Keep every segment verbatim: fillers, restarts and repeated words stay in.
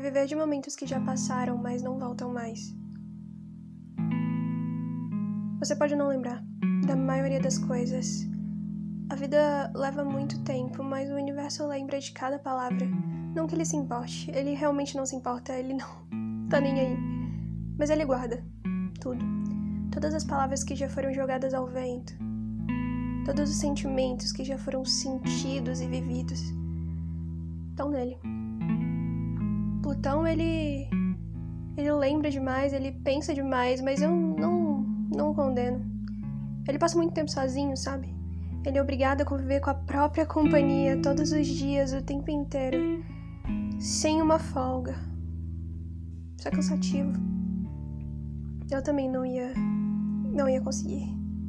reviver de momentos que já passaram, mas não voltam mais. Você pode não lembrar da maioria das coisas. A vida leva muito tempo, mas o universo lembra de cada palavra. Não que ele se importe, ele realmente não se importa, ele não tá nem aí. Mas ele guarda tudo. Todas as palavras que já foram jogadas ao vento. Todos os sentimentos que já foram sentidos e vividos. Estão nele. Plutão, ele... Ele lembra demais, ele pensa demais, mas eu não, não o condeno. Ele passa muito tempo sozinho, sabe? Ele é obrigado a conviver com a própria companhia todos os dias, o tempo inteiro. Sem uma folga. Isso é cansativo. Eu também não ia... Não ia conseguir.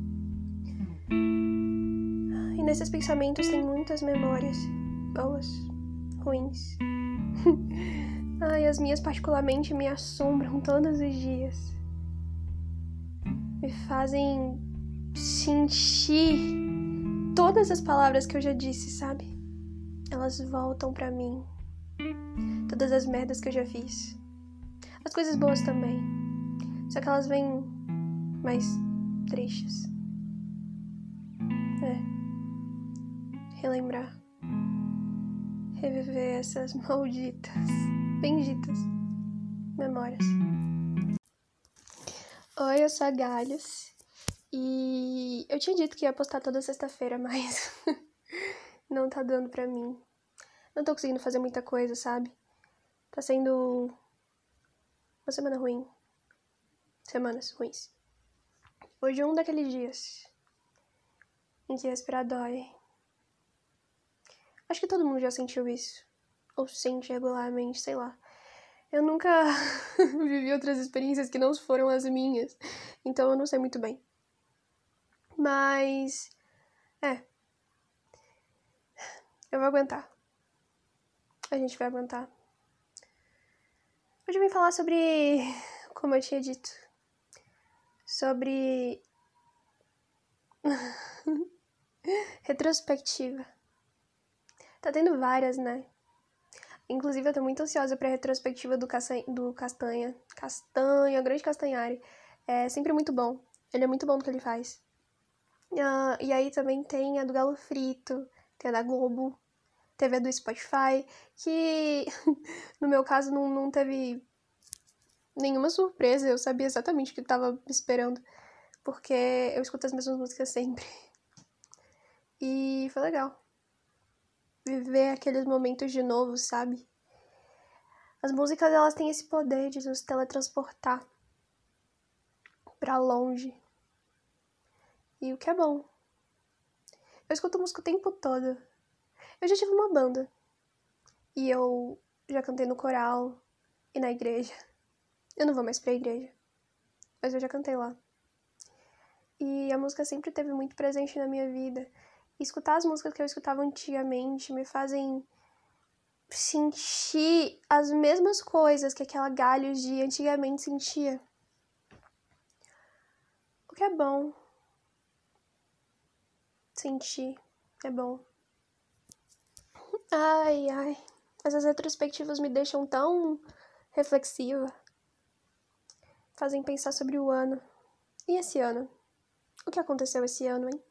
E nesses pensamentos tem muitas memórias. Boas. Ruins. Ai, as minhas particularmente me assombram todos os dias. Me fazem sentir todas as palavras que eu já disse, sabe? Elas voltam pra mim. Todas as merdas que eu já fiz. As coisas boas também. Só que elas vêm mais tristes. É. Relembrar. Reviver essas malditas, benditas memórias. Oi, eu sou a Galhos. E eu tinha dito que ia postar toda sexta-feira, mas não tá dando pra mim. Não tô conseguindo fazer muita coisa, sabe? Tá sendo uma semana ruim. Semanas ruins. Hoje é um daqueles dias em que respirar dói. Acho que todo mundo já sentiu isso. Ou sente regularmente, sei lá. Eu nunca vivi outras experiências que não foram as minhas. Então eu não sei muito bem. Mas... É. Eu vou aguentar. A gente vai aguentar. Hoje eu vim falar sobre... Como eu tinha dito. Sobre... retrospectiva. Tá tendo várias, né? Inclusive, eu tô muito ansiosa pra retrospectiva do, Caça... do Castanha. Castanha, o grande Castanhari. É sempre muito bom. Ele é muito bom no que ele faz. Uh, e aí também tem a do Galo Frito, tem a da Globo, teve a do Spotify, que no meu caso não, não teve nenhuma surpresa. Eu sabia exatamente o que eu tava esperando, porque eu escuto as mesmas músicas sempre. E foi legal. Viver aqueles momentos de novo, sabe? As músicas, elas têm esse poder de nos teletransportar pra longe. E o que é bom. Eu escuto música o tempo todo. Eu já tive uma banda. E eu já cantei no coral e na igreja. Eu não vou mais pra igreja. Mas eu já cantei lá. E a música sempre esteve muito presente na minha vida. E escutar as músicas que eu escutava antigamente me fazem sentir as mesmas coisas que aquela Galhos de antigamente sentia. O que é bom. Sentir é bom. Ai, ai. Essas retrospectivas me deixam tão reflexiva. Fazem pensar sobre o ano. E esse ano? O que aconteceu esse ano, hein?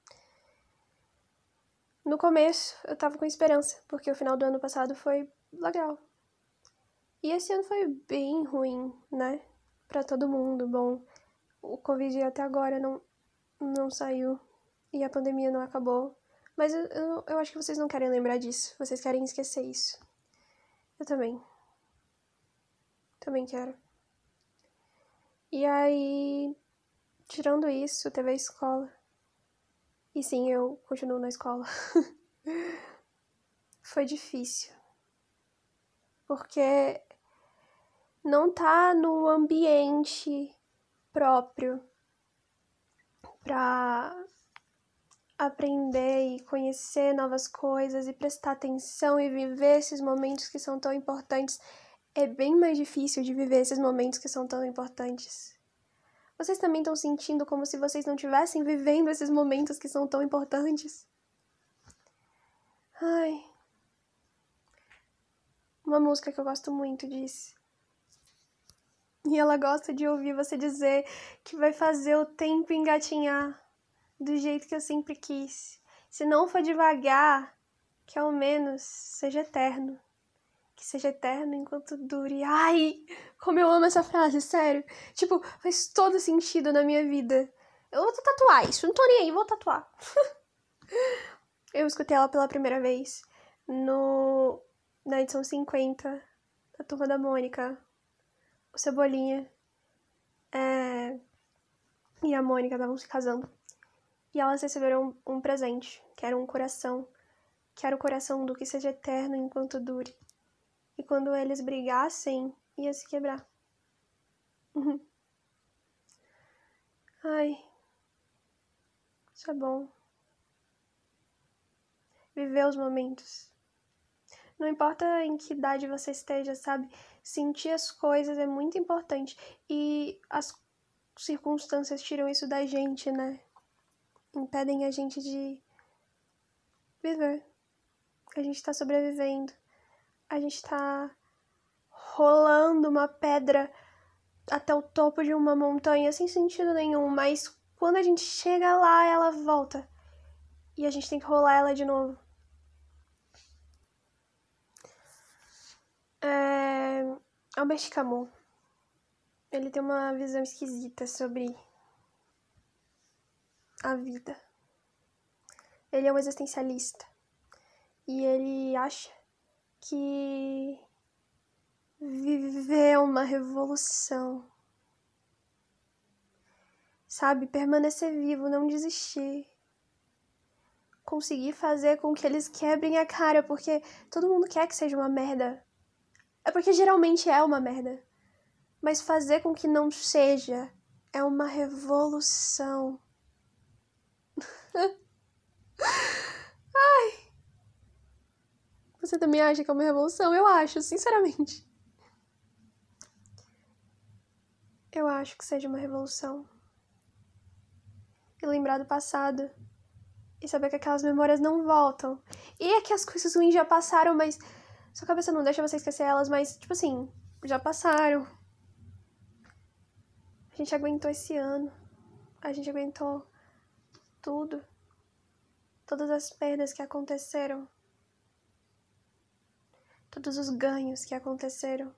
No começo, eu tava com esperança, porque o final do ano passado foi legal. E esse ano foi bem ruim, né? Pra todo mundo. Bom, o Covid até agora não, não saiu e a pandemia não acabou. Mas eu, eu, eu acho que vocês não querem lembrar disso. Vocês querem esquecer isso. Eu também. Também quero. E aí, tirando isso, teve a escola. E sim, eu continuo na escola. Foi difícil. Porque não tá no ambiente próprio pra aprender e conhecer novas coisas e prestar atenção e viver esses momentos que são tão importantes. É bem mais difícil de viver esses momentos que são tão importantes. Vocês também estão sentindo como se vocês não estivessem vivendo esses momentos que são tão importantes? Ai. uma música que eu gosto muito diz. E ela gosta de ouvir você dizer que vai fazer o tempo engatinhar do jeito que eu sempre quis. Se não for devagar, que ao menos seja eterno. Que seja eterno enquanto dure. Ai, como eu amo essa frase, sério. Tipo, faz todo sentido na minha vida. Eu vou tatuar isso, não tô nem aí, vou tatuar. Eu escutei ela pela primeira vez no, na edição cinquenta da Turma da Mônica. O Cebolinha é, e a Mônica estavam se casando. E elas receberam um, um presente, que era um coração. Que era o coração do que seja eterno enquanto dure. E quando eles brigassem, ia se quebrar. Uhum. Ai, isso é bom. Viver os momentos. Não importa em que idade você esteja, sabe? Sentir as coisas é muito importante. E as circunstâncias tiram isso da gente, né? Impedem a gente de viver. A gente tá sobrevivendo. A gente tá rolando uma pedra até o topo de uma montanha sem sentido nenhum, mas quando a gente chega lá, ela volta. E a gente tem que rolar ela de novo. É... Albert Camus. Ele tem uma visão esquisita sobre a vida. Ele é um existencialista. E ele acha que viver é uma revolução. Sabe? Permanecer vivo, não desistir. Conseguir fazer com que eles quebrem a cara, porque todo mundo quer que seja uma merda. É porque geralmente é uma merda. Mas fazer com que não seja é uma revolução. Ai! Você também acha que é uma revolução? Eu acho, sinceramente. Eu acho que seja uma revolução. E lembrar do passado. E saber que aquelas memórias não voltam. E é que as coisas ruins já passaram, mas sua cabeça não deixa você esquecer elas, mas, tipo assim, já passaram. A gente aguentou esse ano. A gente aguentou tudo. Todas as perdas que aconteceram. Todos os ganhos que aconteceram.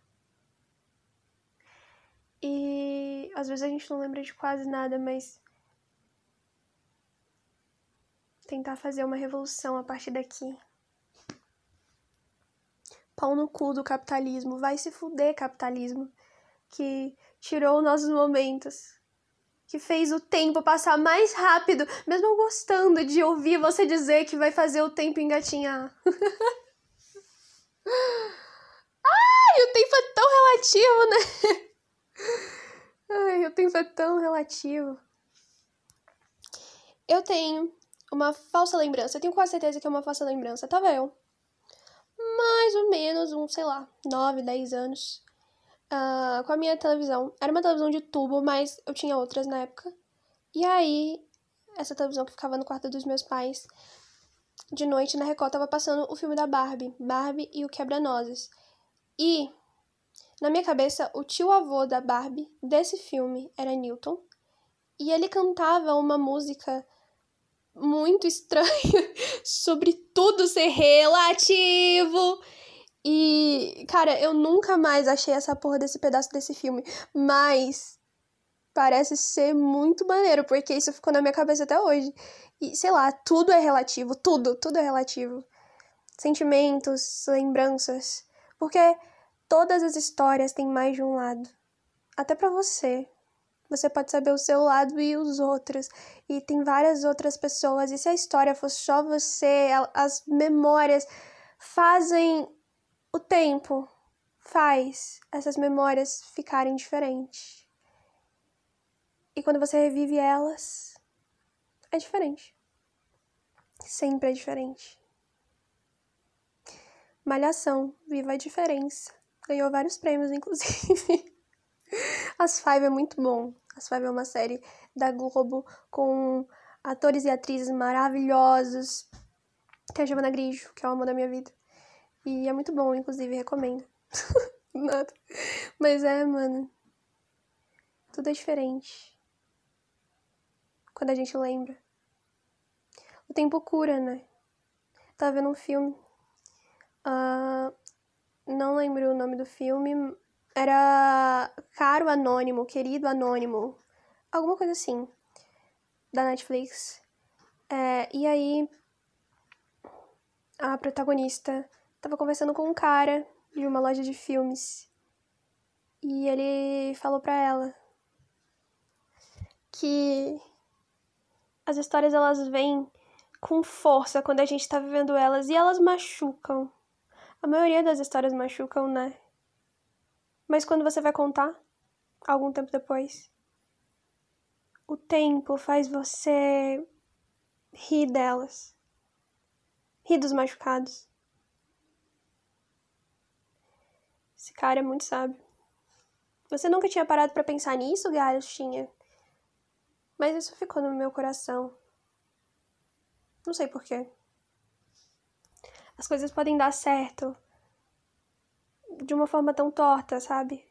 E às vezes a gente não lembra de quase nada, mas tentar fazer uma revolução a partir daqui. Pau no cu do capitalismo. Vai se fuder, capitalismo. Que tirou nossos momentos. Que fez o tempo passar mais rápido, mesmo eu gostando de ouvir você dizer que vai fazer o tempo engatinhar. Ai, o tempo é tão relativo, né? Ai, o tempo é tão relativo. Eu tenho uma falsa lembrança. Eu tenho quase certeza que é uma falsa lembrança. Tava eu. Mais ou menos, uns, sei lá, nove, dez anos. Uh, com a minha televisão. Era uma televisão de tubo, mas eu tinha outras na época. E aí, essa televisão que ficava no quarto dos meus pais, de noite na Record, tava passando o filme da Barbie. Barbie e o Quebra-Nozes. E, na minha cabeça, o tio-avô da Barbie, desse filme, era Newton. E ele cantava uma música muito estranha sobre tudo ser relativo. E, cara, eu nunca mais achei essa porra desse pedaço desse filme. Mas parece ser muito maneiro, porque isso ficou na minha cabeça até hoje. E, sei lá, tudo é relativo. Tudo, tudo é relativo. Sentimentos, lembranças. Porque todas as histórias têm mais de um lado. Até pra você. Você pode saber o seu lado e os outros. E tem várias outras pessoas. E se a história for só você, as memórias fazem... O tempo faz essas memórias ficarem diferentes. E quando você revive elas, é diferente. Sempre é diferente. Malhação, viva a diferença. Ganhou vários prêmios, inclusive. As Five é muito bom. As Five é uma série da Globo com atores e atrizes maravilhosos. Tem a Giovanna Grigio, que é o amor da minha vida. E é muito bom, inclusive, recomendo. Nada. Mas é, mano. Tudo é diferente. Quando a gente lembra. O tempo cura, né? Tava vendo um filme. Uh, não lembro o nome do filme. Era Caro Anônimo, Querido Anônimo. Alguma coisa assim. Da Netflix. É, e aí, a protagonista tava conversando com um cara de uma loja de filmes. E ele falou pra ela que as histórias, elas vêm com força quando a gente tá vivendo elas. E elas machucam. A maioria das histórias machucam, né? Mas quando você vai contar, algum tempo depois, o tempo faz você rir delas. Rir dos machucados. Esse cara é muito sábio. Você nunca tinha parado pra pensar nisso, Gaius? Tinha. Mas isso ficou no meu coração. Não sei porquê. As coisas podem dar certo de uma forma tão torta, sabe?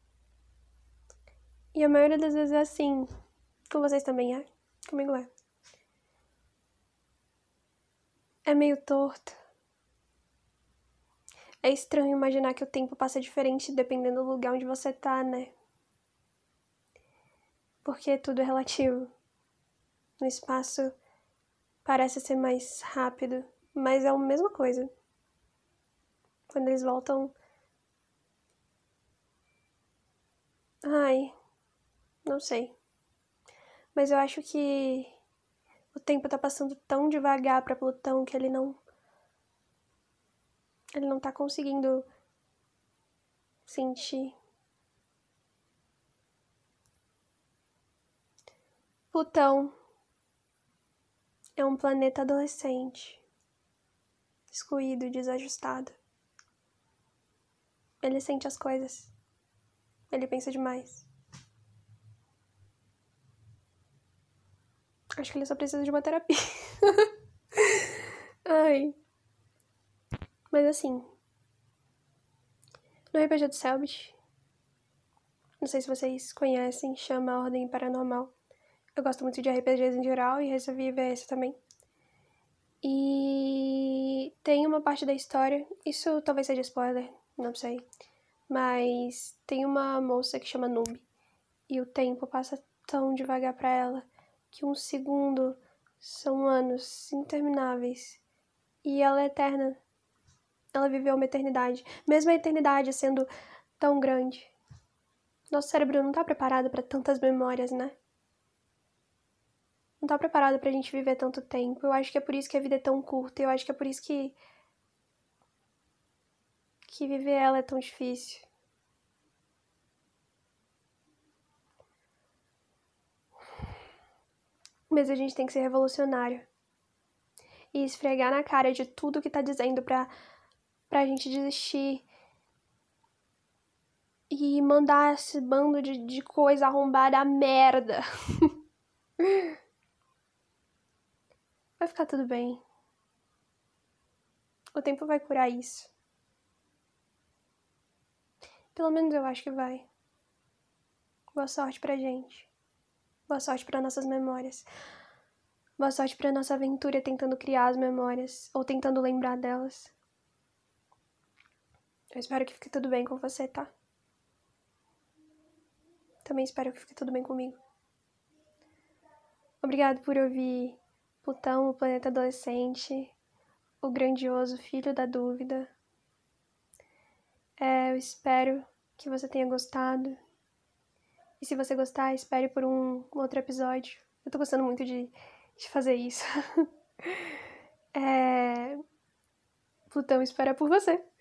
E a maioria das vezes é assim. Com vocês também é? Comigo é. É meio torto. É estranho imaginar que o tempo passa diferente dependendo do lugar onde você tá, né? Porque tudo é relativo. No espaço parece ser mais rápido, mas é a mesma coisa. Quando eles voltam... Ai, não sei. Mas eu acho que o tempo tá passando tão devagar pra Plutão que ele não... Ele não tá conseguindo sentir. Plutão é um planeta adolescente, excluído, desajustado. Ele sente as coisas. Ele pensa demais. Acho que ele só precisa de uma terapia. Ai. Mas assim, no R P G do Selbit, não sei se vocês conhecem, chama Ordem Paranormal. Eu gosto muito de R P Gs em geral e resolvi ver esse também. E tem uma parte da história, isso talvez seja spoiler, não sei, mas tem uma moça que chama Noob e o tempo passa tão devagar pra ela que um segundo são anos intermináveis e ela é eterna. Ela viveu uma eternidade, mesmo a eternidade sendo tão grande. Nosso cérebro não tá preparado pra tantas memórias, né? Não tá preparado pra gente viver tanto tempo. Eu acho que é por isso que a vida é tão curta. Eu acho que é por isso que... que viver ela é tão difícil. Mas a gente tem que ser revolucionário. E esfregar na cara de tudo que tá dizendo pra, pra gente desistir. E mandar esse bando de, de coisa arrombada a merda. Vai ficar tudo bem. O tempo vai curar isso. Pelo menos eu acho que vai. Boa sorte pra gente. Boa sorte pra nossas memórias. Boa sorte pra nossa aventura tentando criar as memórias. Ou tentando lembrar delas. Eu espero que fique tudo bem com você, tá? Também espero que fique tudo bem comigo. Obrigado por ouvir Plutão, o planeta adolescente, o grandioso filho da dúvida. É, eu espero que você tenha gostado. E se você gostar, espere por um outro episódio. Eu tô gostando muito de, de fazer isso. é... Plutão espera por você.